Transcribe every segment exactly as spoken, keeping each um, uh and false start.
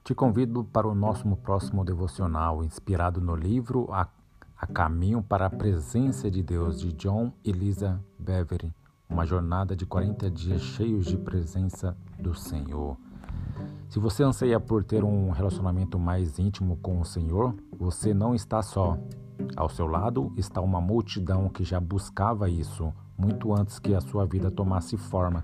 Te convido para o nosso próximo devocional, inspirado no livro A, a Caminho para a Presença de Deus, de John e Lisa Bevere, uma jornada de quarenta dias cheios de presença do Senhor. Se você anseia por ter um relacionamento mais íntimo com o Senhor, você não está só. Ao seu lado está uma multidão que já buscava isso, muito antes que a sua vida tomasse forma.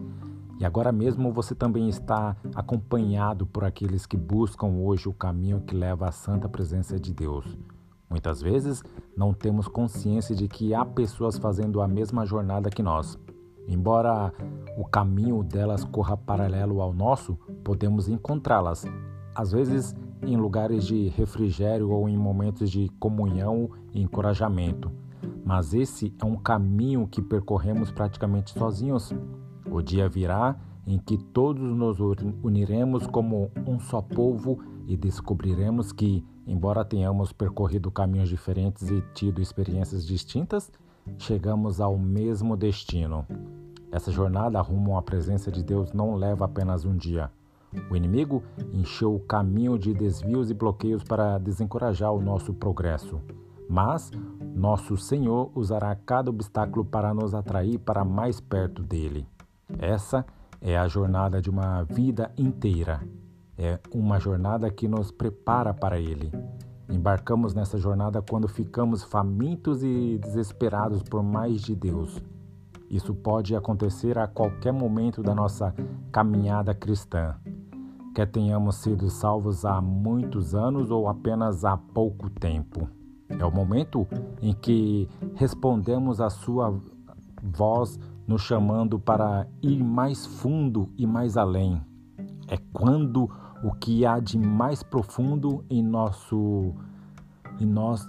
E agora mesmo você também está acompanhado por aqueles que buscam hoje o caminho que leva à santa presença de Deus. Muitas vezes não temos consciência de que há pessoas fazendo a mesma jornada que nós. Embora o caminho delas corra paralelo ao nosso, podemos encontrá-las, às vezes em lugares de refrigério ou em momentos de comunhão e encorajamento. Mas esse é um caminho que percorremos praticamente sozinhos. O dia virá em que todos nos uniremos como um só povo e descobriremos que, embora tenhamos percorrido caminhos diferentes e tido experiências distintas, chegamos ao mesmo destino. Essa jornada rumo à presença de Deus não leva apenas um dia. O inimigo encheu o caminho de desvios e bloqueios para desencorajar o nosso progresso. Mas nosso Senhor usará cada obstáculo para nos atrair para mais perto dele. Essa é a jornada de uma vida inteira. É uma jornada que nos prepara para ele. Embarcamos nessa jornada quando ficamos famintos e desesperados por mais de Deus. Isso pode acontecer a qualquer momento da nossa caminhada cristã. Quer tenhamos sido salvos há muitos anos ou apenas há pouco tempo. É o momento em que respondemos à sua voz nos chamando para ir mais fundo e mais além. É quando o que há de mais profundo em nosso em nós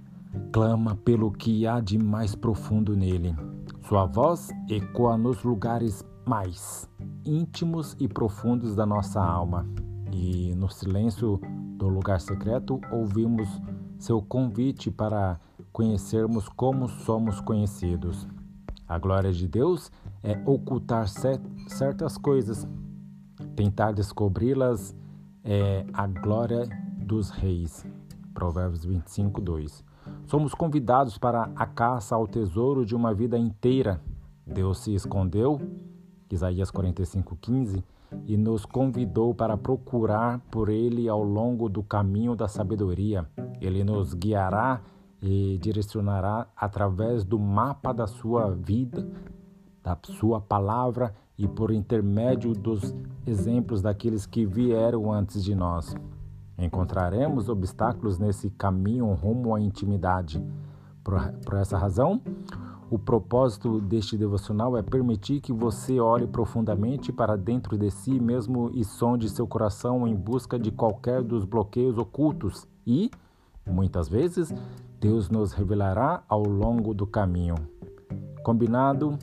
clama pelo que há de mais profundo nele. Sua voz ecoa nos lugares mais íntimos e profundos da nossa alma. E no silêncio do lugar secreto ouvimos seu convite para conhecermos como somos conhecidos. A glória de Deus é ocultar certas coisas. Tentar descobri-las é a glória dos reis. Provérbios vinte e cinco, dois. Somos convidados para a caça ao tesouro de uma vida inteira. Deus se escondeu, Isaías quarenta e cinco, quinze, e nos convidou para procurar por Ele ao longo do caminho da sabedoria. Ele nos guiará e direcionará através do mapa da sua vida, da sua palavra e por intermédio dos exemplos daqueles que vieram antes de nós. Encontraremos obstáculos nesse caminho rumo à intimidade. Por, por essa razão, o propósito deste devocional é permitir que você olhe profundamente para dentro de si mesmo e sonde seu coração em busca de qualquer dos bloqueios ocultos e, muitas vezes, Deus nos revelará ao longo do caminho. Combinado?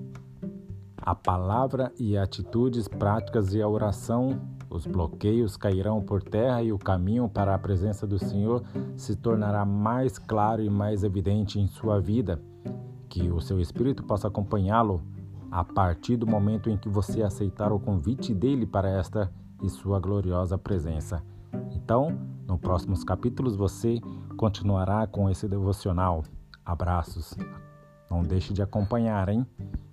A palavra e atitudes práticas e a oração, os bloqueios cairão por terra e o caminho para a presença do Senhor se tornará mais claro e mais evidente em sua vida. Que o seu Espírito possa acompanhá-lo a partir do momento em que você aceitar o convite dele para esta e sua gloriosa presença. Então, nos próximos capítulos você continuará com esse devocional. Abraços. Não deixe de acompanhar, hein?